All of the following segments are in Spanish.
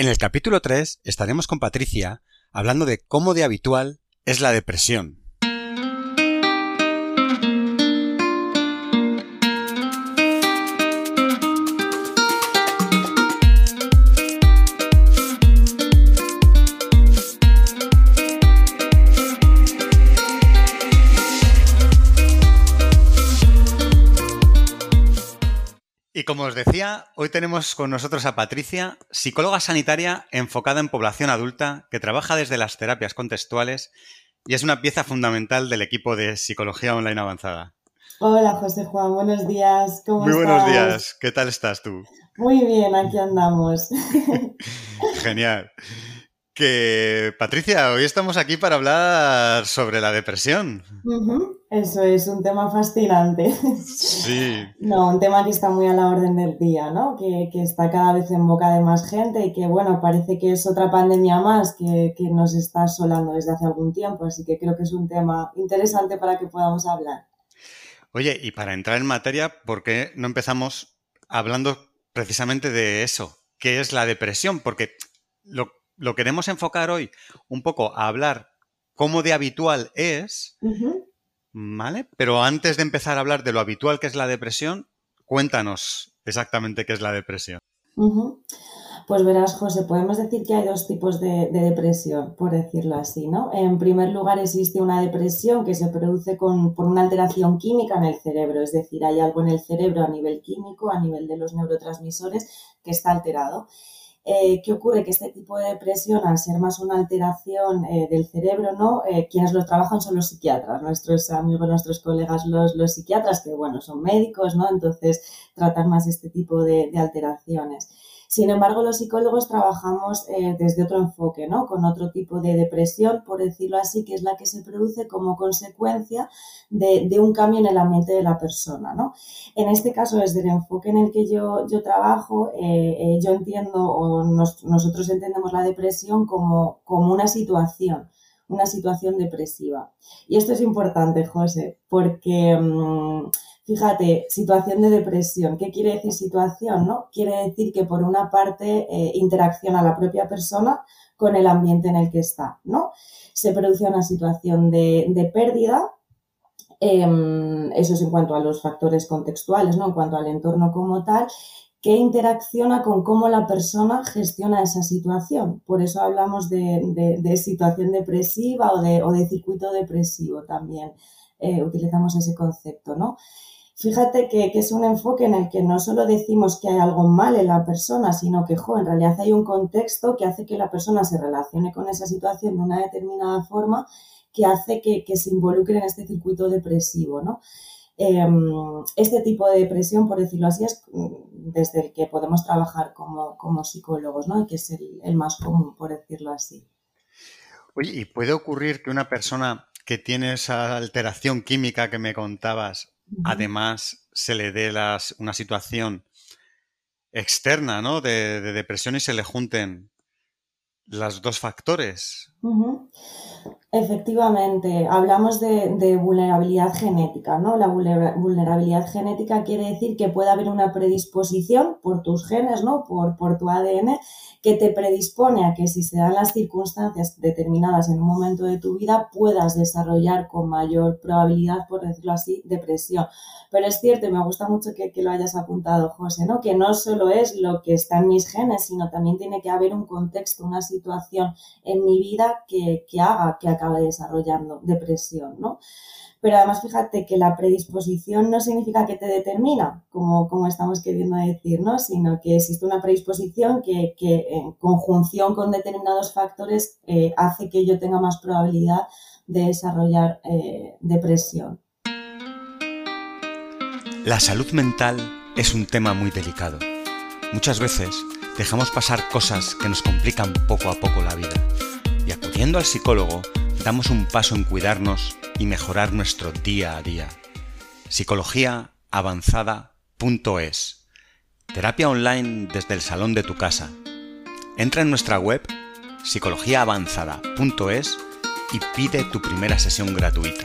En el capítulo 3 estaremos con Patricia hablando de cómo de habitual es la depresión. Y como os decía, hoy tenemos con nosotros a Patricia, psicóloga sanitaria enfocada en población adulta, que trabaja desde las terapias contextuales y es una pieza fundamental del equipo de Psicología Online Avanzada. Hola, José Juan, buenos días, ¿cómo Muy estás? buenos días, ¿qué tal estás tú? Muy bien, aquí andamos. Genial. Que Patricia, hoy estamos aquí para hablar sobre la depresión. Eso es un tema fascinante. Sí. No, un tema que está muy a la orden del día, ¿no? Que está cada vez en boca de más gente y que, bueno, parece que es otra pandemia más que nos está asolando desde hace algún tiempo, así que creo que es un tema interesante para que podamos hablar. Oye, y para entrar en materia, ¿por qué no empezamos hablando precisamente de eso? ¿Qué es la depresión? Porque lo queremos enfocar hoy un poco a hablar cómo de habitual es, Ujú. ¿vale? Pero antes de empezar a hablar de lo habitual que es la depresión, cuéntanos exactamente qué es la depresión. Ujú. Pues verás, José, podemos decir que hay dos tipos de depresión, por decirlo así, ¿no? En primer lugar, existe una depresión que se produce por una alteración química en el cerebro, es decir, hay algo en el cerebro a nivel químico, a nivel de los neurotransmisores, que está alterado. ¿Qué ocurre? Que este tipo de depresión, al ser más una alteración del cerebro, ¿no? Quienes lo trabajan son los psiquiatras, nuestros amigos, nuestros colegas, los psiquiatras, que bueno, son médicos, ¿no? Entonces tratan más este tipo de alteraciones. Sin embargo, los psicólogos trabajamos desde otro enfoque, ¿no? Con otro tipo de depresión, por decirlo así, que es la que se produce como consecuencia de un cambio en el ambiente de la persona, ¿no? En este caso, desde el enfoque en el que yo trabajo, yo entiendo o nosotros entendemos la depresión como una situación depresiva. Y esto es importante, José, porque fíjate, situación de depresión. ¿Qué quiere decir situación, no? Quiere decir que por una parte interacciona la propia persona con el ambiente en el que está, ¿no? Se produce una situación de pérdida. Eso es en cuanto a los factores contextuales, ¿no? En cuanto al entorno como tal, que interacciona con cómo la persona gestiona esa situación. Por eso hablamos de situación depresiva o de circuito depresivo también. Utilizamos ese concepto, ¿no? Fíjate que es un enfoque en el que no solo decimos que hay algo mal en la persona, sino que, en realidad hay un contexto que hace que la persona se relacione con esa situación de una determinada forma que hace que se involucre en este circuito depresivo, ¿no? Este tipo de depresión, por decirlo así, es desde el que podemos trabajar como psicólogos, ¿no? Y que es el más común, por decirlo así. Oye, ¿y puede ocurrir que una persona que tiene esa alteración química que me contabas, además se le dé una situación externa, ¿no? de depresión y se le junten los dos factores? Efectivamente, hablamos de vulnerabilidad genética, ¿no? La vulnerabilidad genética quiere decir que puede haber una predisposición por tus genes, ¿no? Por tu ADN, que te predispone a que si se dan las circunstancias determinadas en un momento de tu vida puedas desarrollar con mayor probabilidad, por decirlo así, depresión. Pero es cierto, y me gusta mucho que lo hayas apuntado, José, ¿no? Que no solo es lo que está en mis genes, sino también tiene que haber un contexto, una situación en mi vida que haga que acabe desarrollando depresión, ¿no? Pero además fíjate que la predisposición no significa que te determina, como estamos queriendo decir, ¿no? Sino que existe una predisposición que en conjunción con determinados factores hace que yo tenga más probabilidad de desarrollar depresión. La salud mental es un tema muy delicado. Muchas veces dejamos pasar cosas que nos complican poco a poco la vida. Y acudiendo al psicólogo, damos un paso en cuidarnos y mejorar nuestro día a día. Psicologiaavanzada.es. Terapia online desde el salón de tu casa. Entra en nuestra web psicologiaavanzada.es y pide tu primera sesión gratuita.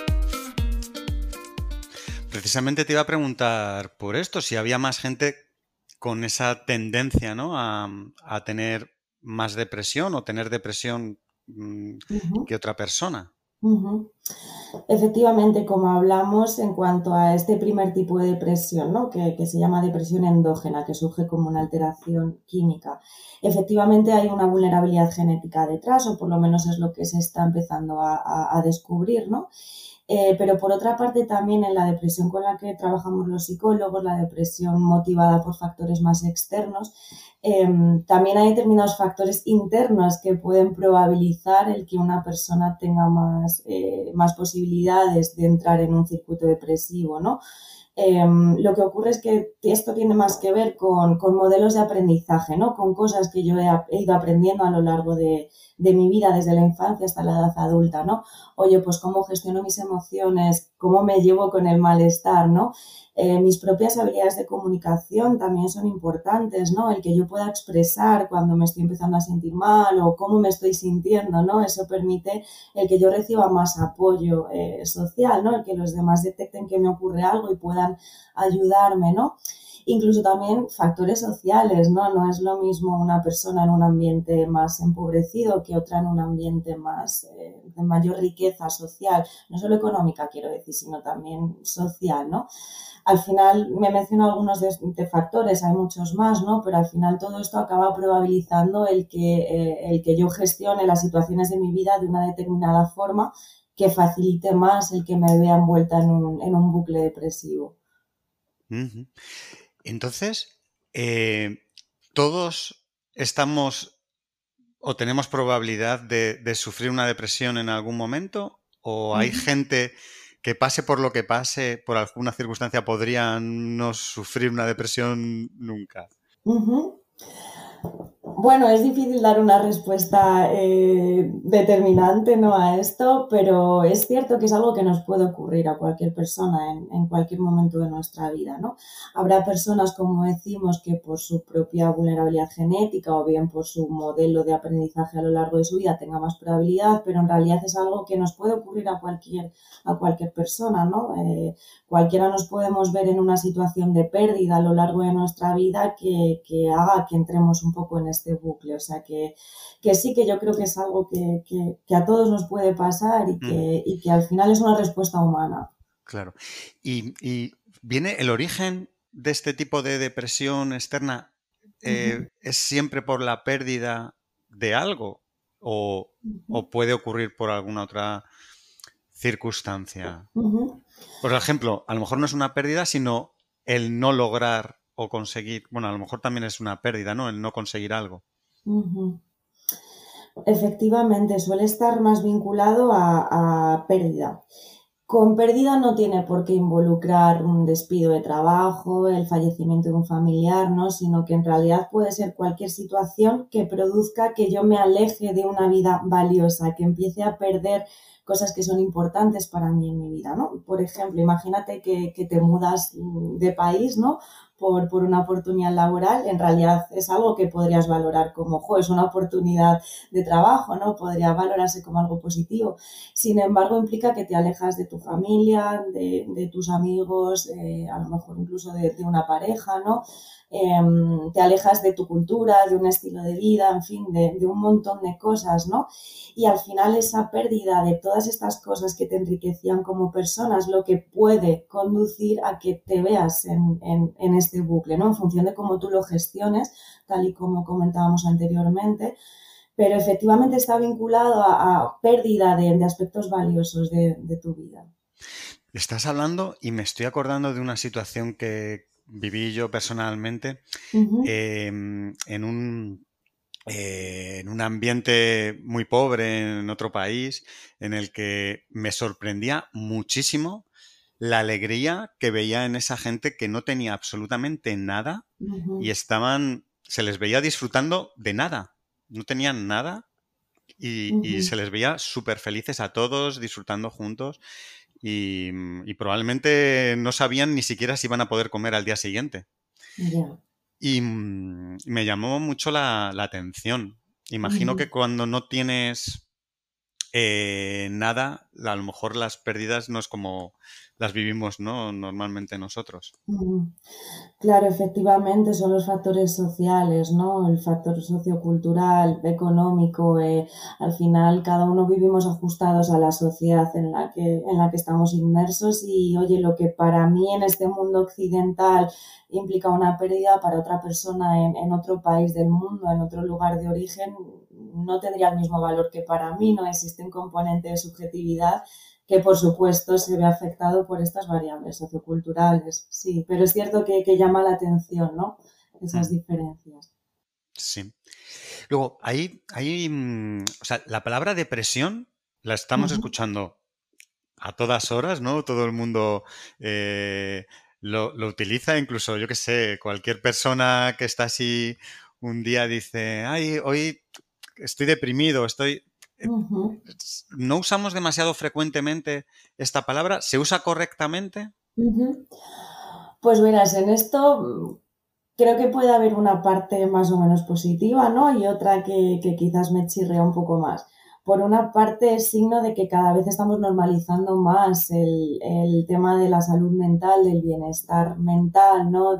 Precisamente te iba a preguntar por esto, si había más gente con esa tendencia, ¿no? a tener más depresión o tener depresión Ujú, que otra persona. ujú. Efectivamente, como hablamos en cuanto a este primer tipo de depresión, ¿no? Que se llama depresión endógena, que surge como una alteración química. Efectivamente hay una vulnerabilidad genética detrás, o por lo menos es lo que se está empezando a descubrir, ¿no? Pero por otra parte también en la depresión con la que trabajamos los psicólogos, la depresión motivada por factores más externos, también hay determinados factores internos que pueden probabilizar el que una persona tenga más posibilidades de entrar en un circuito depresivo, ¿no? Lo que ocurre es que esto tiene más que ver con modelos de aprendizaje, ¿no? Con cosas que yo he ido aprendiendo a lo largo de mi vida, desde la infancia hasta la edad adulta, ¿no? Oye, pues cómo gestiono mis emociones, cómo me llevo con el malestar, ¿no? Mis propias habilidades de comunicación también son importantes, ¿no? El que yo pueda expresar cuando me estoy empezando a sentir mal o cómo me estoy sintiendo, ¿no? Eso permite el que yo reciba más apoyo social, ¿no? El que los demás detecten que me ocurre algo y puedan ayudarme, ¿no? Incluso también factores sociales, ¿no? No es lo mismo una persona en un ambiente más empobrecido que otra en un ambiente más de mayor riqueza social, no solo económica, quiero decir, sino también social, ¿no? Al final me menciono algunos de factores, hay muchos más, ¿no? Pero al final todo esto acaba probabilizando el que yo gestione las situaciones de mi vida de una determinada forma que facilite más el que me vea envuelta en un bucle depresivo. Ujú. Entonces, todos estamos o tenemos probabilidad de sufrir una depresión en algún momento, o hay Ujú, gente que pase por lo que pase, por alguna circunstancia, podría no sufrir una depresión nunca. ujú. Bueno, es difícil dar una respuesta determinante, ¿no? A esto, pero es cierto que es algo que nos puede ocurrir a cualquier persona en cualquier momento de nuestra vida, ¿no? Habrá personas, como decimos, que por su propia vulnerabilidad genética o bien por su modelo de aprendizaje a lo largo de su vida tenga más probabilidad, pero en realidad es algo que nos puede ocurrir a cualquier persona, ¿no? Cualquiera nos podemos ver en una situación de pérdida a lo largo de nuestra vida que haga que entremos un poco en este bucle. O sea que sí que yo creo que es algo que a todos nos puede pasar Ujú, y que al final es una respuesta humana. claro. ¿Y viene el origen de este tipo de depresión externa? Ujú, ¿Es siempre por la pérdida de algo? ¿O, ujú, o puede ocurrir por alguna otra circunstancia? ujú, Por ejemplo, a lo mejor no es una pérdida, sino el no lograr o conseguir. Bueno, a lo mejor también es una pérdida, ¿no? El no conseguir algo. ujú. Efectivamente, suele estar más vinculado a pérdida. Con pérdida no tiene por qué involucrar un despido de trabajo, el fallecimiento de un familiar, ¿no? Sino que en realidad puede ser cualquier situación que produzca que yo me aleje de una vida valiosa, que empiece a perder cosas que son importantes para mí en mi vida, ¿no? Por ejemplo, imagínate que te mudas de país, ¿no? Por una oportunidad laboral, en realidad es algo que podrías valorar como, jo, es una oportunidad de trabajo, ¿no? Podría valorarse como algo positivo. Sin embargo, implica que te alejas de tu familia, de tus amigos, a lo mejor incluso de una pareja, ¿no? Te alejas de tu cultura, de un estilo de vida, en fin, de un montón de cosas, ¿no? Y al final esa pérdida de todas estas cosas que te enriquecían como persona es lo que puede conducir a que te veas en este bucle, ¿no? En función de cómo tú lo gestiones, tal y como comentábamos anteriormente, pero efectivamente está vinculado a pérdida de aspectos valiosos de tu vida. Estás hablando y me estoy acordando de una situación que viví yo personalmente Ujú, en un ambiente muy pobre en otro país, en el que me sorprendía muchísimo la alegría que veía en esa gente que no tenía absolutamente nada y ujú, se les veía disfrutando de nada. No tenían nada y ujú. se les veía súper felices a todos, disfrutando juntos y probablemente no sabían ni siquiera si iban a poder comer al día siguiente. Ya. Y me llamó mucho la atención. Imagino Ujú, que cuando no tienes nada, a lo mejor las pérdidas no es como las vivimos, ¿no? Normalmente nosotros. Mm. Claro, efectivamente son los factores sociales, ¿no? El factor sociocultural, económico. Al final, cada uno vivimos ajustados a la sociedad en la que estamos inmersos y, oye, lo que para mí en este mundo occidental implica una pérdida, para otra persona en otro país del mundo, en otro lugar de origen, no tendría el mismo valor que para mí. No existe un componente de subjetividad que por supuesto se ve afectado por estas variables socioculturales, sí, pero es cierto que llama la atención, ¿no? Esas Mm, diferencias. sí. Luego, o sea, la palabra depresión la estamos Ujú, escuchando a todas horas, ¿no? Todo el mundo lo utiliza, incluso, yo qué sé, cualquier persona que está así un día dice, ay, hoy estoy deprimido, estoy... eh, ujú, ¿No usamos demasiado frecuentemente esta palabra? ¿Se usa correctamente? ujú. Pues verás, en esto creo que puede haber una parte más o menos positiva, ¿no? Y otra que quizás me chirrea un poco más. Por una parte, es signo de que cada vez estamos normalizando más el tema de la salud mental, del bienestar mental, ¿no?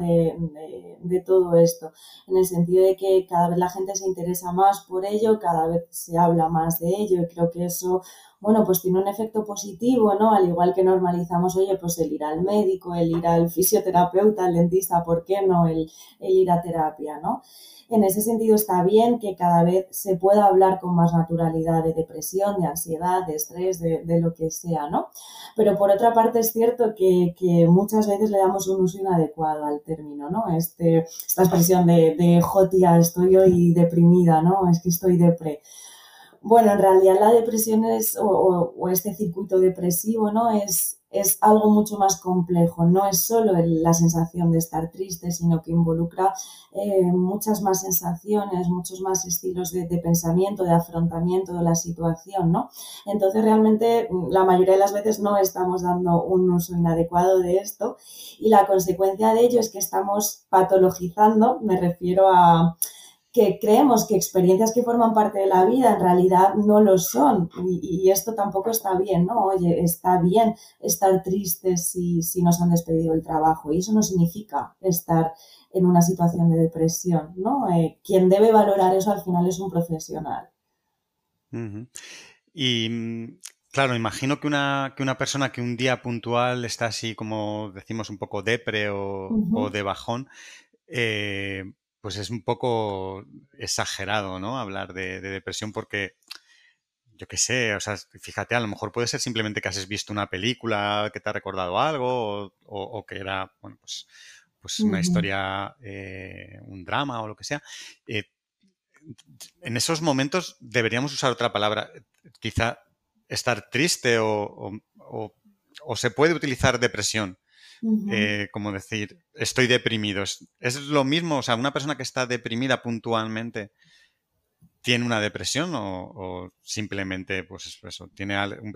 De todo esto. En el sentido de que cada vez la gente se interesa más por ello, cada vez se habla más de ello y creo que eso, bueno, pues tiene un efecto positivo, ¿no? Al igual que normalizamos, oye, pues el ir al médico, el ir al fisioterapeuta, al dentista, ¿por qué no? El ir a terapia, ¿no? En ese sentido está bien que cada vez se pueda hablar con más naturalidad de depresión, de ansiedad, de estrés, de lo que sea, ¿no? Pero por otra parte es cierto que muchas veces le damos un uso inadecuado al término, ¿no? Esta expresión de jotia, estoy hoy deprimida, ¿no? Es que estoy depre. Bueno, en realidad la depresión o este circuito depresivo, ¿no? Es algo mucho más complejo. No es solo la sensación de estar triste, sino que involucra muchas más sensaciones, muchos más estilos de pensamiento, de afrontamiento de la situación, ¿no? Entonces, realmente, la mayoría de las veces no estamos dando un uso inadecuado de esto y la consecuencia de ello es que estamos patologizando, me refiero a que creemos que experiencias que forman parte de la vida en realidad no lo son y esto tampoco está bien, ¿no? Oye, está bien estar tristes si nos han despedido del trabajo y eso no significa estar en una situación de depresión, ¿no? Quien debe valorar eso al final es un profesional. Ujú. Y claro, imagino que una persona que un día puntual está así como decimos un poco depre o Ujú, de bajón, eh, pues es un poco exagerado, ¿no? Hablar de depresión porque, yo qué sé, o sea, fíjate, a lo mejor puede ser simplemente que has visto una película que te ha recordado algo o que era, bueno, pues una ujú, historia, un drama o lo que sea. Eh, en esos momentos deberíamos usar otra palabra, quizá estar triste o se puede utilizar depresión, ujú. como decir, estoy deprimido. Es lo mismo, o sea, una persona que está deprimida puntualmente tiene una depresión o simplemente, pues eso, tiene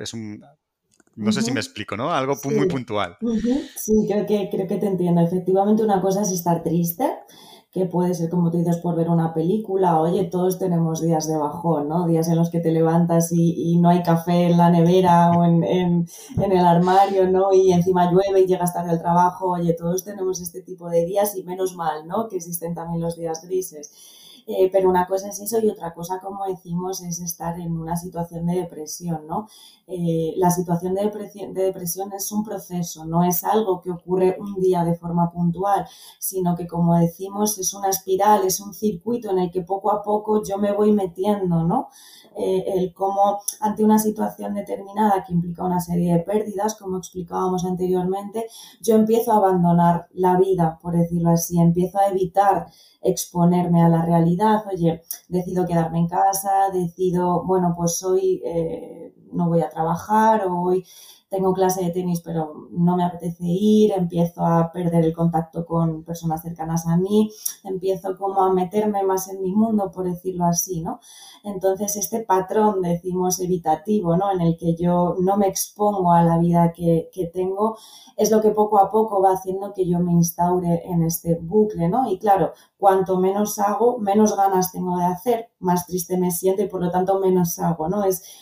no sé si me Ujú. explico, ¿no? Algo muy Sí, puntual. ujú, sí, creo que te entiendo. Efectivamente, una cosa es estar triste, que puede ser, como tú dices, por ver una película. Oye, todos tenemos días de bajón, ¿no? Días en los que te levantas y no hay café en la nevera o en el armario, ¿no? Y encima llueve y llegas tarde al trabajo. Oye, todos tenemos este tipo de días y menos mal, ¿no? Que existen también los días grises. Pero una cosa es eso y otra cosa, como decimos, es estar en una situación de depresión, ¿no? La situación de depresión es un proceso, no es algo que ocurre un día de forma puntual, sino que, como decimos, es una espiral, es un circuito en el que poco a poco yo me voy metiendo, ¿no? El cómo ante una situación determinada que implica una serie de pérdidas, como explicábamos anteriormente, yo empiezo a abandonar la vida, por decirlo así, empiezo a evitar exponerme a la realidad, oye, decido quedarme en casa, decido, bueno, pues hoy no voy a trabajar o hoy tengo clase de tenis pero no me apetece ir, empiezo a perder el contacto con personas cercanas a mí, empiezo como a meterme más en mi mundo, por decirlo así, ¿no? Entonces este patrón, decimos, evitativo, ¿no? En el que yo no me expongo a la vida que tengo, es lo que poco a poco va haciendo que yo me instaure en este bucle, ¿no? Y claro, cuanto menos hago, menos ganas tengo de hacer, más triste me siento y por lo tanto menos hago, ¿no?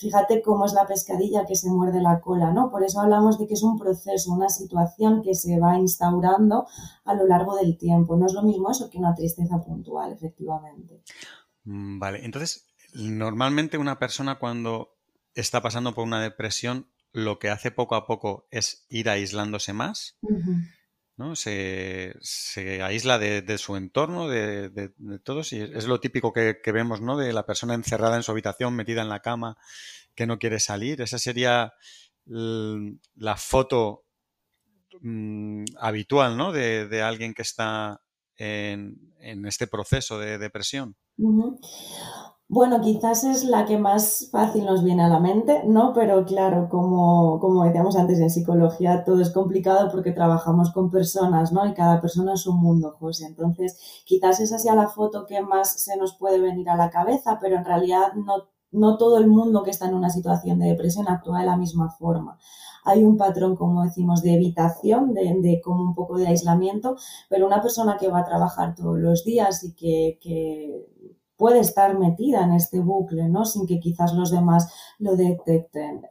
fíjate cómo es la pescadilla que se muerde la cola, ¿no? Por eso hablamos de que es un proceso, una situación que se va instaurando a lo largo del tiempo. No es lo mismo eso que una tristeza puntual, efectivamente. Vale, entonces, normalmente una persona cuando está pasando por una depresión, lo que hace poco a poco es ir aislándose más, Ujú. ¿no? Se aísla de su entorno, de todos, y es lo típico que vemos, ¿no? De la persona encerrada en su habitación, metida en la cama, que no quiere salir. Esa sería la foto habitual, ¿no? De alguien que está en este proceso de depresión. Ujú. Bueno, quizás es la que más fácil nos viene a la mente, ¿no? Pero claro, como decíamos antes, en psicología todo es complicado porque trabajamos con personas, ¿no? Y cada persona es un mundo, José. Entonces, quizás esa sea la foto que más se nos puede venir a la cabeza, pero en realidad no todo el mundo que está en una situación de depresión actúa de la misma forma. Hay un patrón, como decimos, de evitación, de como un poco de aislamiento, pero una persona que va a trabajar todos los días y que puede estar metida en este bucle, ¿no? Sin que quizás los demás lo detecten.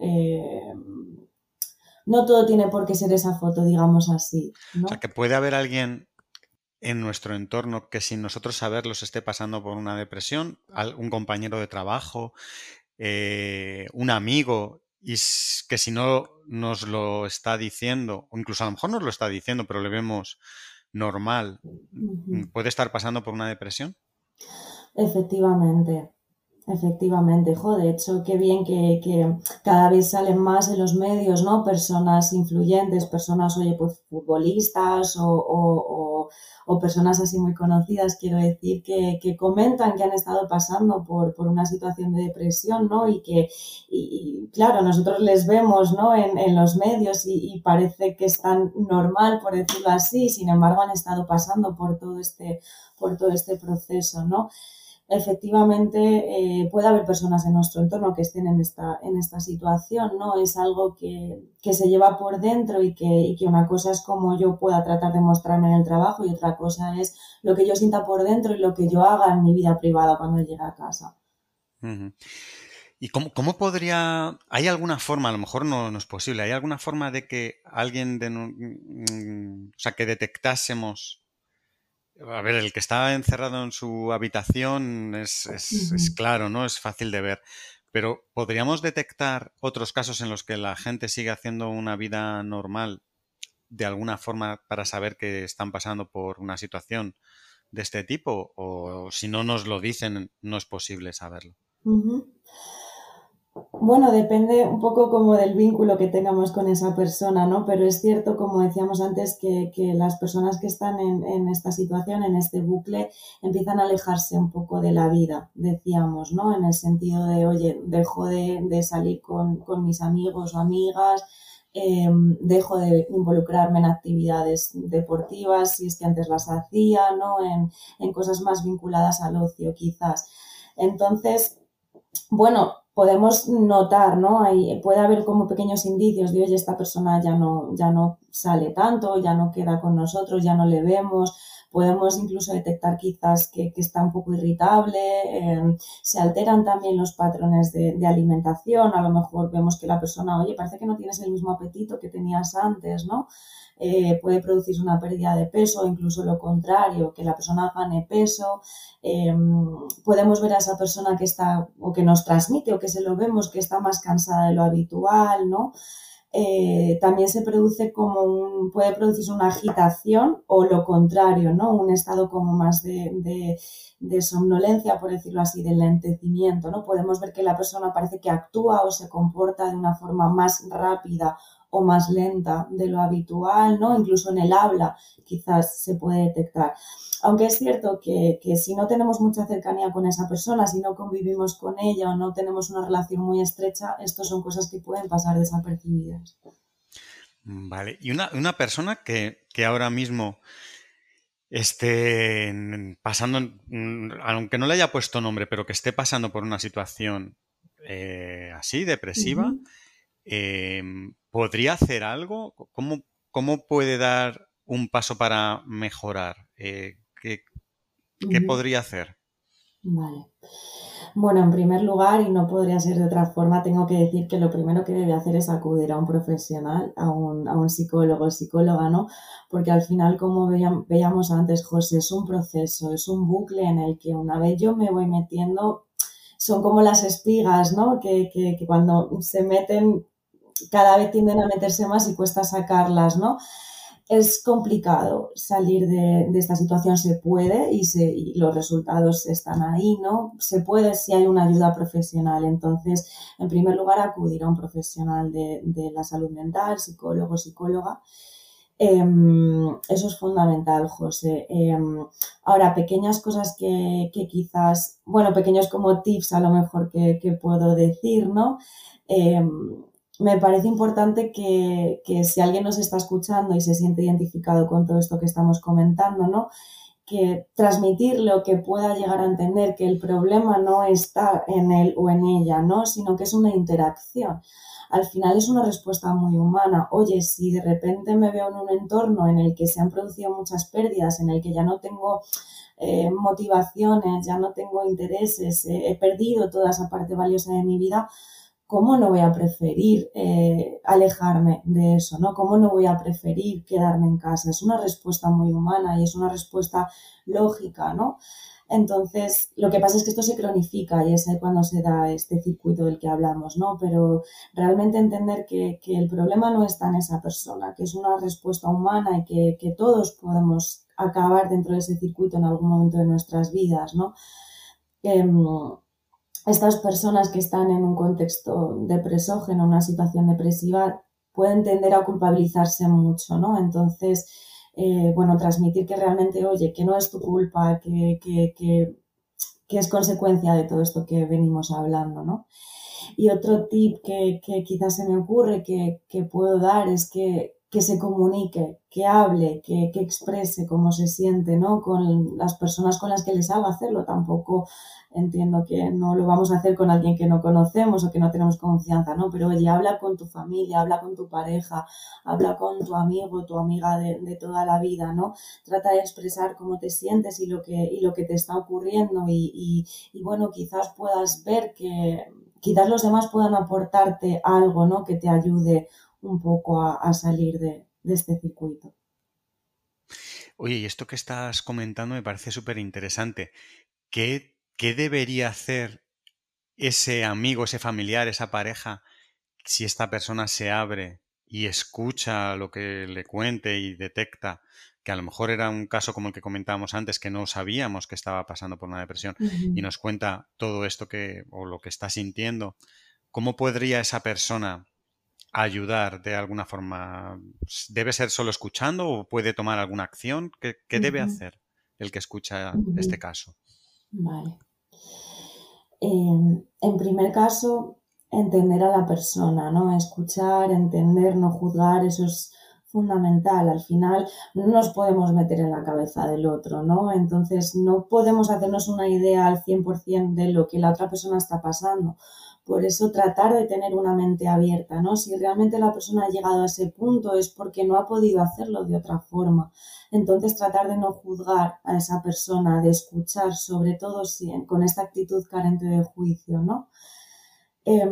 No todo tiene por qué ser esa foto, digamos así, O sea, ¿no? que puede haber alguien en nuestro entorno que sin nosotros saberlo se esté pasando por una depresión, un compañero de trabajo, un amigo, y que si no nos lo está diciendo, o incluso a lo mejor nos lo está diciendo, pero le vemos normal, Uh-huh. puede estar pasando por una depresión. Efectivamente, efectivamente. Joder, de hecho, qué bien que cada vez salen más en los medios, ¿no? Personas influyentes, personas, oye, pues futbolistas o personas así muy conocidas, quiero decir, que comentan que han estado pasando por una situación de depresión, ¿no? Claro, nosotros les vemos, ¿no? En los medios y parece que están normal, por decirlo así, sin embargo han estado pasando por todo este proceso, ¿no? Efectivamente, puede haber personas en nuestro entorno que estén en esta situación, ¿no? Es algo que se lleva por dentro y que una cosa es como yo pueda tratar de mostrarme en el trabajo y otra cosa es lo que yo sienta por dentro y lo que yo haga en mi vida privada cuando llegue a casa. Ujú. ¿Y cómo podría, hay alguna forma, a lo mejor no es posible, hay alguna forma de que alguien o sea, que detectásemos, a ver, el que está encerrado en su habitación es Ujú. claro, ¿no? Es fácil de ver, pero ¿podríamos detectar otros casos en los que la gente sigue haciendo una vida normal de alguna forma para saber que están pasando por una situación de este tipo? O si no nos lo dicen, no es posible saberlo. Ujú. Bueno, depende un poco como del vínculo que tengamos con esa persona, ¿no? Pero es cierto, como decíamos antes, que las personas que están en esta situación, en este bucle, empiezan a alejarse un poco de la vida, decíamos, ¿no? En el sentido de, oye, dejo de salir con mis amigos o amigas, dejo de involucrarme en actividades deportivas, si es que antes las hacía, ¿no? En cosas más vinculadas al ocio, quizás. Entonces, bueno, podemos notar, ¿no? Puede haber como pequeños indicios de, oye, esta persona ya no sale tanto, ya no queda con nosotros, ya no le vemos. Podemos incluso detectar quizás que está un poco irritable, se alteran también los patrones de alimentación, a lo mejor vemos que la persona, oye, parece que no tienes el mismo apetito que tenías antes, ¿no? Puede producirse una pérdida de peso, incluso lo contrario, que la persona gane peso. Eh, Podemos ver a esa persona que está o que nos transmite o que se lo vemos que está más cansada de lo habitual, ¿no? También se produce puede producirse una agitación o lo contrario, ¿no? Un estado como más de somnolencia, por decirlo así, de lentecimiento, ¿no? Podemos ver que la persona parece que actúa o se comporta de una forma más rápida o más lenta de lo habitual, ¿no? Incluso en el habla quizás se puede detectar. Aunque es cierto que si no tenemos mucha cercanía con esa persona, si no convivimos con ella o no tenemos una relación muy estrecha, estas son cosas que pueden pasar desapercibidas. Vale. Y una persona que ahora mismo esté pasando, aunque no le haya puesto nombre, pero que esté pasando por una situación así, depresiva, Ujú, ¿podría hacer algo? ¿Cómo puede dar un paso para mejorar? ¿Qué ujú. podría hacer? Vale. Bueno, en primer lugar, y no podría ser de otra forma, tengo que decir que lo primero que debe hacer es acudir a un profesional, a un psicólogo o psicóloga, ¿no? Porque al final, como veíamos antes, José, es un proceso, es un bucle en el que una vez yo me voy metiendo, son como las espigas, ¿no? Que cuando se meten, cada vez tienden a meterse más y cuesta sacarlas, ¿no? Es complicado salir de esta situación, se puede y los resultados están ahí, ¿no? Se puede si hay una ayuda profesional. Entonces, en primer lugar, acudir a un profesional de la salud mental, psicólogo, psicóloga. Eso es fundamental, José. Ahora, pequeñas cosas que quizás, bueno, pequeños como tips a lo mejor que puedo decir, ¿no? Eh, Me parece importante que si alguien nos está escuchando y se siente identificado con todo esto que estamos comentando, ¿no? Que transmitirlo, que pueda llegar a entender que el problema no está en él o en ella, ¿no? Sino que es una interacción. Al final es una respuesta muy humana. Oye, si de repente me veo en un entorno en el que se han producido muchas pérdidas, en el que ya no tengo motivaciones, ya no tengo intereses, he perdido toda esa parte valiosa de mi vida, ¿cómo no voy a preferir alejarme de eso? ¿No? ¿Cómo no voy a preferir quedarme en casa? Es una respuesta muy humana y es una respuesta lógica, ¿no? Entonces, lo que pasa es que esto se cronifica y es ahí cuando se da este circuito del que hablamos, ¿no? Pero realmente entender que el problema no está en esa persona, que es una respuesta humana y que todos podemos acabar dentro de ese circuito en algún momento de nuestras vidas, ¿no? Eh, Estas personas que están en un contexto depresógeno, una situación depresiva, pueden tender a culpabilizarse mucho, ¿no? Entonces, bueno, transmitir que realmente, oye, que no es tu culpa, que es consecuencia de todo esto que venimos hablando, ¿no? Y otro tip que quizás se me ocurre que puedo dar es que se comunique, que hable, que exprese cómo se siente, ¿no? Con las personas con las que les haga hacerlo. Tampoco entiendo que no lo vamos a hacer con alguien que no conocemos o que no tenemos confianza, ¿no? Pero oye, habla con tu familia, habla con tu pareja, habla con tu amigo, tu amiga de toda la vida, ¿no? Trata de expresar cómo te sientes y lo que te está ocurriendo y bueno, quizás puedas ver que quizás los demás puedan aportarte algo, ¿no? Que te ayude un poco a salir de este circuito. Oye, y esto que estás comentando me parece súper interesante. ¿Qué debería hacer ese amigo, ese familiar, esa pareja, si esta persona se abre y escucha lo que le cuente y detecta que a lo mejor era un caso como el que comentábamos antes, que no sabíamos que estaba pasando por una depresión y Ujú, nos cuenta todo esto o lo que está sintiendo? ¿Cómo podría esa persona ayudar de alguna forma? ¿Debe ser solo escuchando o puede tomar alguna acción? ¿Qué debe ujú, hacer el que escucha este ujú. caso? Vale. En primer caso, entender a la persona, ¿no? Escuchar, entender, no juzgar, eso es fundamental. Al final, no nos podemos meter en la cabeza del otro, ¿no? Entonces, no podemos hacernos una idea al 100% de lo que la otra persona está pasando. Por eso, tratar de tener una mente abierta, ¿no? Si realmente la persona ha llegado a ese punto es porque no ha podido hacerlo de otra forma. Entonces, tratar de no juzgar a esa persona, de escuchar, sobre todo si, con esta actitud carente de juicio, ¿no? Eh,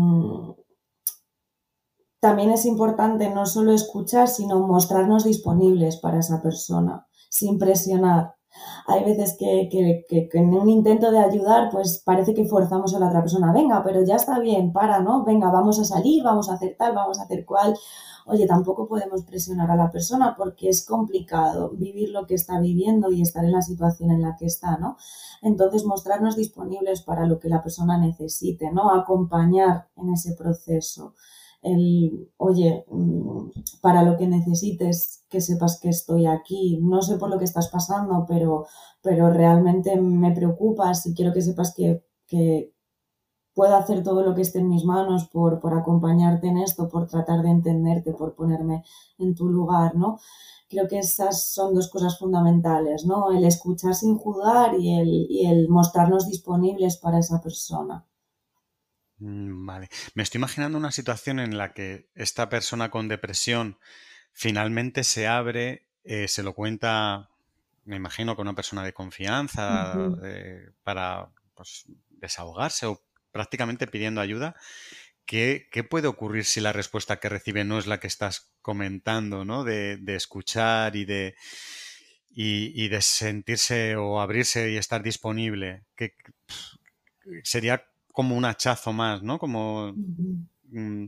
También es importante no solo escuchar, sino mostrarnos disponibles para esa persona, sin presionar. Hay veces que en un intento de ayudar, pues parece que forzamos a la otra persona, venga, pero ya está bien, para, ¿no? Venga, vamos a salir, vamos a hacer tal, vamos a hacer cual. Oye, tampoco podemos presionar a la persona porque es complicado vivir lo que está viviendo y estar en la situación en la que está, ¿no? Entonces, mostrarnos disponibles para lo que la persona necesite, ¿no? Acompañar en ese proceso oye, para lo que necesites, que sepas que estoy aquí. No sé por lo que estás pasando, pero realmente me preocupas y quiero que sepas que puedo hacer todo lo que esté en mis manos por acompañarte en esto, por tratar de entenderte, por ponerme en tu lugar, ¿no? Creo que esas son dos cosas fundamentales, ¿no? El escuchar sin juzgar y el mostrarnos disponibles para esa persona. Vale. Me estoy imaginando una situación en la que esta persona con depresión finalmente se abre, se lo cuenta, me imagino, con una persona de confianza, Ujú, para pues, desahogarse o prácticamente pidiendo ayuda, ¿qué puede ocurrir si la respuesta que recibe no es la que estás comentando, ¿no? De escuchar y de sentirse o abrirse y estar disponible, que sería como un hachazo más, ¿no? Como Ujú. mm,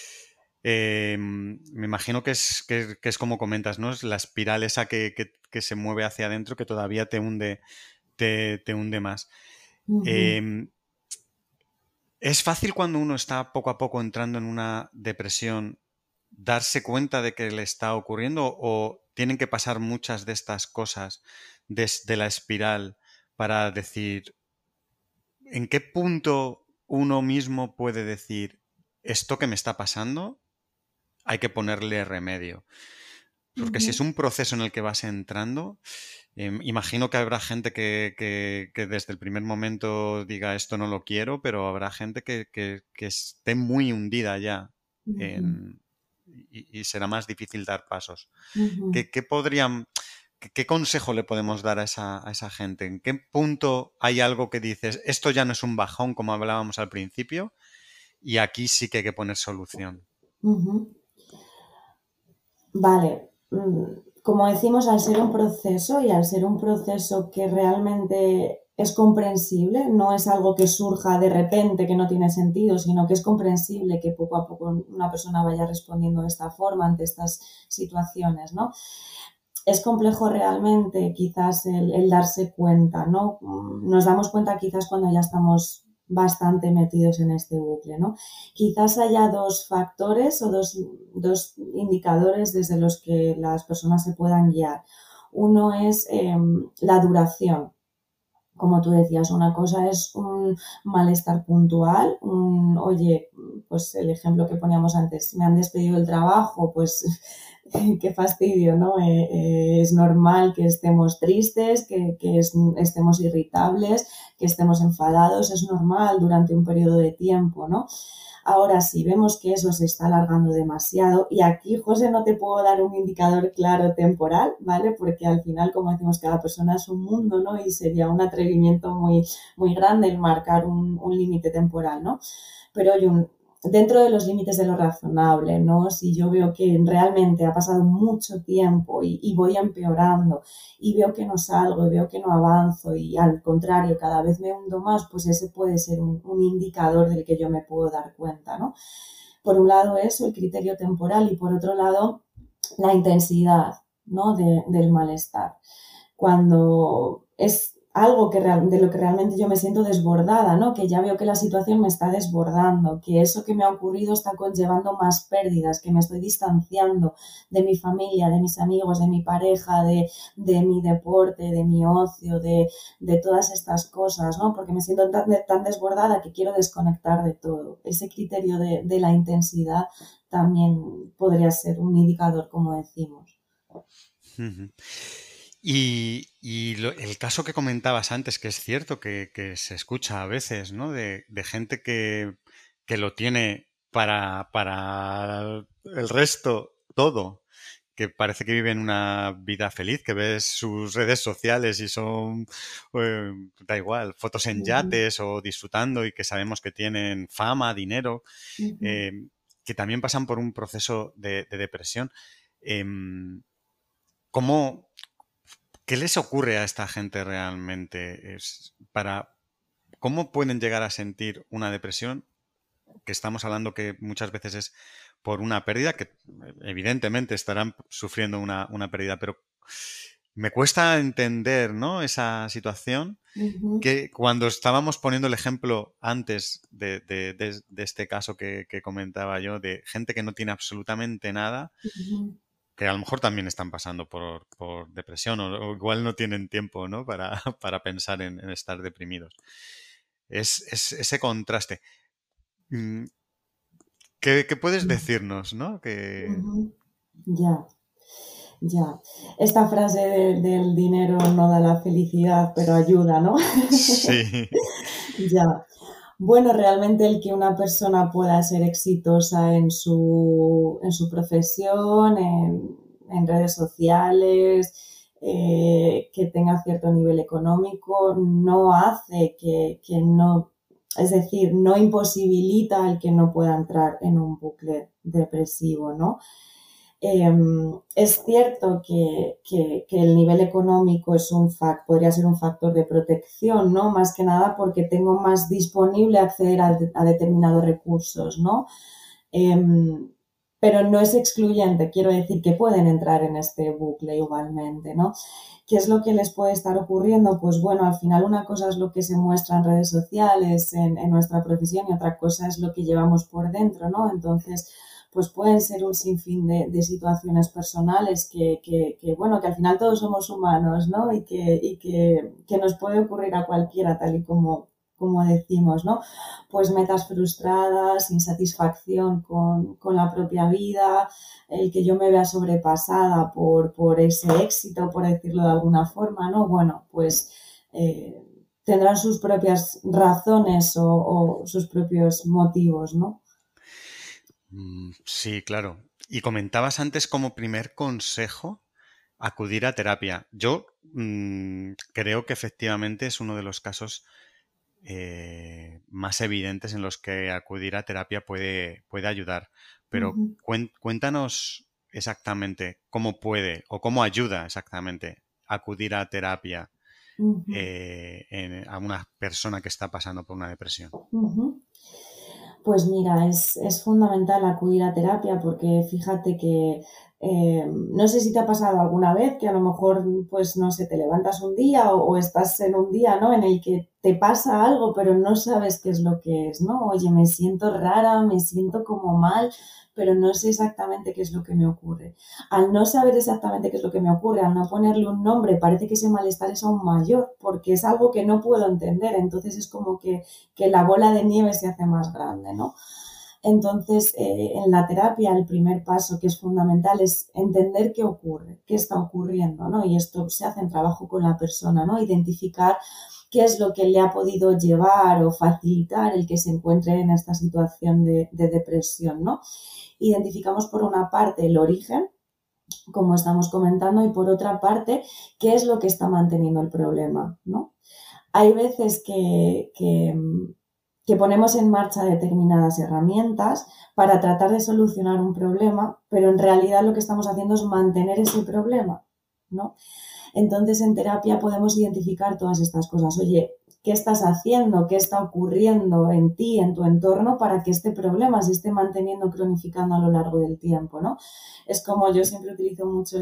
me imagino que es como comentas, ¿no? Es la espiral esa que se mueve hacia adentro que todavía te hunde más. Ujú. Em, ¿Es fácil cuando uno está poco a poco entrando en una depresión darse cuenta de que le está ocurriendo o tienen que pasar muchas de estas cosas desde la espiral para decir en qué punto uno mismo puede decir esto que me está pasando hay que ponerle remedio? Porque si es Ujú. un proceso en el que vas entrando, imagino que habrá gente que desde el primer momento diga esto no lo quiero, pero habrá gente que esté muy hundida ya Ujú. en- y será más difícil dar pasos. Ujú. ¿Qué podrían, qué consejo le podemos dar a esa gente? ¿En qué punto hay algo que dices, esto ya no es un bajón como hablábamos al principio y aquí sí que hay que poner solución? Ujú. Vale, como decimos, al ser un proceso y al ser un proceso que realmente es comprensible, no es algo que surja de repente, que no tiene sentido, sino que es comprensible que poco a poco una persona vaya respondiendo de esta forma ante estas situaciones, ¿no? Es complejo realmente quizás el darse cuenta, ¿no? Nos damos cuenta quizás cuando ya estamos bastante metidos en este bucle, ¿no? Quizás haya dos factores o dos indicadores desde los que las personas se puedan guiar. Uno es la duración. Como tú decías, una cosa es un malestar puntual, oye, pues el ejemplo que poníamos antes, me han despedido del trabajo, pues qué fastidio, ¿no? Es normal que estemos tristes, estemos irritables, que estemos enfadados, es normal durante un periodo de tiempo, ¿no? Ahora, si vemos que eso se está alargando demasiado, y aquí, José, no te puedo dar un indicador claro temporal, ¿vale? Porque al final, como decimos, cada persona es un mundo, ¿no? Y sería un atrevimiento muy grande el marcar un límite temporal, ¿no? Pero hay dentro de los límites de lo razonable, ¿no? Si yo veo que realmente ha pasado mucho tiempo y voy empeorando y veo que no salgo y veo que no avanzo y al contrario cada vez me hundo más, pues ese puede ser un indicador del que yo me puedo dar cuenta, ¿no? Por un lado eso, el criterio temporal y por otro lado la intensidad, ¿no? Del malestar. Cuando es algo de lo que realmente yo me siento desbordada, ¿no? Que ya veo que la situación me está desbordando, que eso que me ha ocurrido está conllevando más pérdidas, que me estoy distanciando de mi familia, de mis amigos, de mi pareja, de mi deporte, de mi ocio, de todas estas cosas, ¿no? Porque me siento tan desbordada que quiero desconectar de todo. Ese criterio de la intensidad también podría ser un indicador, como decimos. Ujú. El caso que comentabas antes, que es cierto que se escucha a veces, ¿no? De gente que lo tiene para el resto todo, que parece que viven una vida feliz, que ves sus redes sociales y son, da igual, fotos en Ujú. yates o disfrutando y que sabemos que tienen fama, dinero, Ujú. eh, que también pasan por un proceso de depresión. Em, ¿Cómo, ¿Qué les ocurre a esta gente realmente? ¿Cómo pueden llegar a sentir una depresión? Que estamos hablando que muchas veces es por una pérdida, que evidentemente estarán sufriendo una pérdida, pero me cuesta entender, ¿no? Esa situación Ujú. que cuando estábamos poniendo el ejemplo antes de este caso que comentaba yo, de gente que no tiene absolutamente nada, Ujú. que a lo mejor también están pasando por depresión o igual no tienen tiempo, ¿no? Para, para pensar en estar deprimidos. Es ese contraste. Mm, ¿qué puedes decirnos, no? Que Ujú. Ya, ya. Esta frase del dinero no da la felicidad, pero ayuda, ¿no? sí. Ya. Bueno, realmente el que una persona pueda ser exitosa en su profesión, en redes sociales, que tenga cierto nivel económico, no hace que no es decir, no imposibilita el que no pueda entrar en un bucle depresivo, ¿no? Es cierto que el nivel económico podría ser un factor de protección, ¿no? Más que nada porque tengo más disponible acceder a determinados recursos, ¿no? Pero no es excluyente, quiero decir que pueden entrar en este bucle igualmente, ¿no? ¿Qué es lo que les puede estar ocurriendo? Pues bueno, al final una cosa es lo que se muestra en redes sociales, en nuestra profesión, y otra cosa es lo que llevamos por dentro, ¿no? Entonces, pues pueden ser un sinfín de situaciones personales bueno, que al final todos somos humanos, ¿no? Que nos puede ocurrir a cualquiera, tal y como decimos, ¿no? Pues metas frustradas, insatisfacción con la propia vida, el que yo me vea sobrepasada por ese éxito, por decirlo de alguna forma, ¿no? Bueno, pues tendrán sus propias razones o sus propios motivos, ¿no? Sí, claro. Y comentabas antes como primer consejo acudir a terapia. Yo creo que efectivamente es uno de los casos más evidentes en los que acudir a terapia puede ayudar. Pero Ujú, cuéntanos exactamente cómo puede o cómo ayuda exactamente acudir a terapia ujú, a una persona que está pasando por una depresión. ujú. Pues mira, es fundamental acudir a terapia porque fíjate que no sé si te ha pasado alguna vez que a lo mejor, pues no sé, te levantas un día o estás en un día, ¿no? En el que te pasa algo, pero no sabes qué es lo que es, ¿no? Oye, me siento rara, me siento como mal, pero no sé exactamente qué es lo que me ocurre. Al no saber exactamente qué es lo que me ocurre, al no ponerle un nombre, parece que ese malestar es aún mayor porque es algo que no puedo entender. Entonces es como que la bola de nieve se hace más grande, ¿no? Entonces, en la terapia el primer paso que es fundamental es entender qué ocurre, qué está ocurriendo, ¿no? Y esto se hace en trabajo con la persona, ¿no? Identificar qué es lo que le ha podido llevar o facilitar el que se encuentre en esta situación de depresión, ¿no? Identificamos por una parte el origen, como estamos comentando, y por otra parte, qué es lo que está manteniendo el problema, ¿no? Hay veces que ponemos en marcha determinadas herramientas para tratar de solucionar un problema, pero en realidad lo que estamos haciendo es mantener ese problema, ¿no? Entonces, en terapia podemos identificar todas estas cosas. Oye, ¿qué estás haciendo? ¿Qué está ocurriendo en ti, en tu entorno, para que este problema se esté manteniendo, cronificando a lo largo del tiempo, ¿no? Es como yo siempre utilizo mucho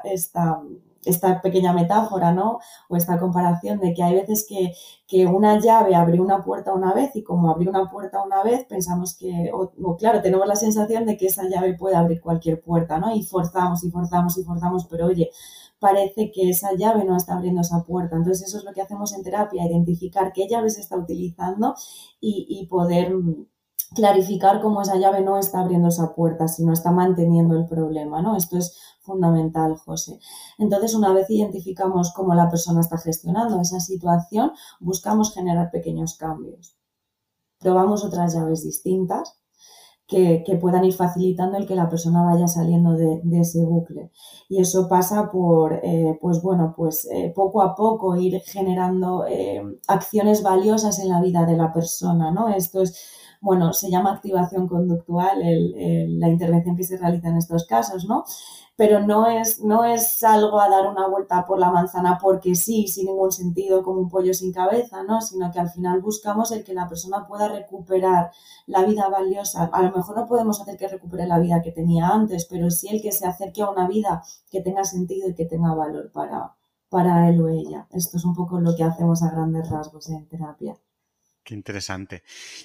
esta pequeña metáfora, ¿no? O esta comparación de que hay veces que una llave abrió una puerta una vez y como abrió una puerta una vez pensamos claro, tenemos la sensación de que esa llave puede abrir cualquier puerta, ¿no? Y forzamos y forzamos y forzamos, pero oye, parece que esa llave no está abriendo esa puerta. Entonces eso es lo que hacemos en terapia, identificar qué llave se está utilizando y poder clarificar cómo esa llave no está abriendo esa puerta, sino está manteniendo el problema, ¿no? Esto es fundamental, José. Entonces, una vez identificamos cómo la persona está gestionando esa situación, buscamos generar pequeños cambios. Probamos otras llaves distintas que puedan ir facilitando el que la persona vaya saliendo de ese bucle. Y eso pasa por, pues bueno, pues poco a poco ir generando acciones valiosas en la vida de la persona, ¿no? Esto es, bueno, se llama activación conductual, la intervención que se realiza en estos casos, ¿no? Pero no es algo a dar una vuelta por la manzana porque sí, sin ningún sentido, como un pollo sin cabeza, ¿no? Sino que al final buscamos el que la persona pueda recuperar la vida valiosa. A lo mejor no podemos hacer que recupere la vida que tenía antes, pero sí el que se acerque a una vida que tenga sentido y que tenga valor para él o ella. Esto es un poco lo que hacemos a grandes rasgos en terapia. Qué interesante.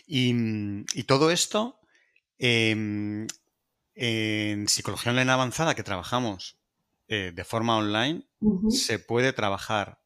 Y todo esto em, en psicología online avanzada que trabajamos de forma online, Ujú. ¿se puede trabajar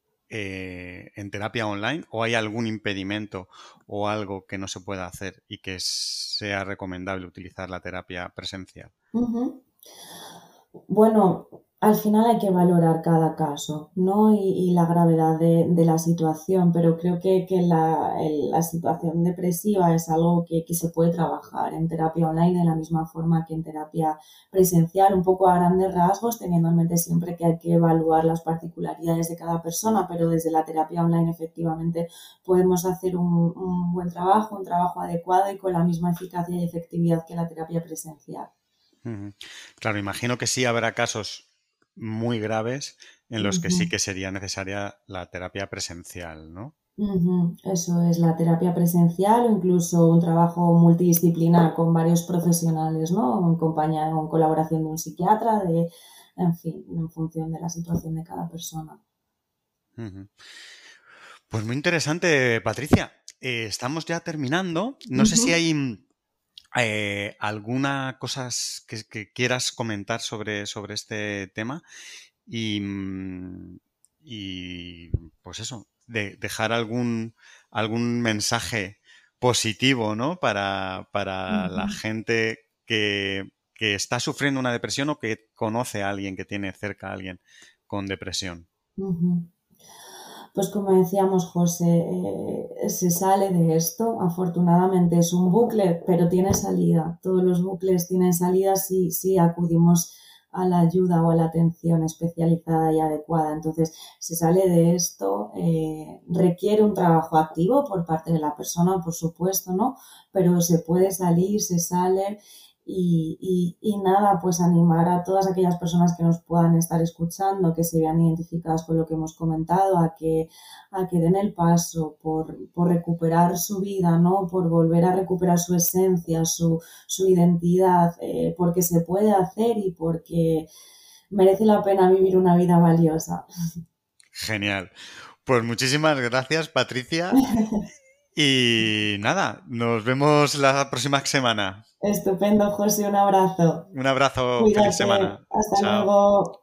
en terapia online o hay algún impedimento o algo que no se pueda hacer y que sea recomendable utilizar la terapia presencial? Ujú. Bueno, Al final hay que valorar cada caso, ¿no? Y la gravedad de la situación, pero creo que la situación depresiva es algo que se puede trabajar en terapia online de la misma forma que en terapia presencial, un poco a grandes rasgos, teniendo en mente siempre que hay que evaluar las particularidades de cada persona, pero desde la terapia online efectivamente podemos hacer un buen trabajo, un trabajo adecuado y con la misma eficacia y efectividad que la terapia presencial. Ujú. Claro, imagino que sí habrá casos muy graves en los que sí Ujú. que sería necesaria la terapia presencial, ¿no? Eso es la terapia presencial o incluso un trabajo multidisciplinar con varios profesionales, ¿no? En compañía o en colaboración de un psiquiatra, en fin, en función de la situación de cada persona. Ujú. Pues muy interesante, Patricia. Estamos ya terminando. No sé si Ujú. hay alguna cosa que quieras comentar sobre este tema y pues eso, dejar algún mensaje positivo, ¿no? Para la Ujú. gente que está sufriendo una depresión o que conoce a alguien, que tiene cerca a alguien con depresión. Ujú. Pues como decíamos, José, se sale de esto. Afortunadamente es un bucle, pero tiene salida. Todos los bucles tienen salida si acudimos a la ayuda o a la atención especializada y adecuada. Entonces, se sale de esto, requiere un trabajo activo por parte de la persona, por supuesto, ¿no? Pero se puede salir, se sale y nada, pues animar a todas aquellas personas que nos puedan estar escuchando, que se vean identificadas con lo que hemos comentado, a que den el paso por recuperar su vida, ¿no? Por volver a recuperar su esencia, su identidad, porque se puede hacer y porque merece la pena vivir una vida valiosa. Genial. Pues muchísimas gracias, Patricia. Y nada, nos vemos la próxima semana. Estupendo, José, un abrazo. Un abrazo, feliz Cuídate, semana. hasta Chao. luego.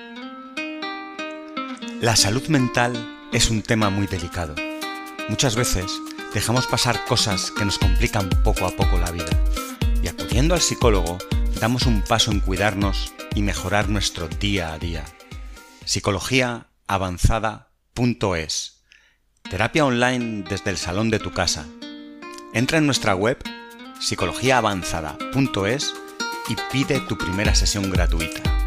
La salud mental es un tema muy delicado. Muchas veces dejamos pasar cosas que nos complican poco a poco la vida. Y acudiendo al psicólogo, damos un paso en cuidarnos y mejorar nuestro día a día. Psicologiaavanzada.es. Terapia online desde el salón de tu casa. Entra en nuestra web psicologiaavanzada.es y pide tu primera sesión gratuita.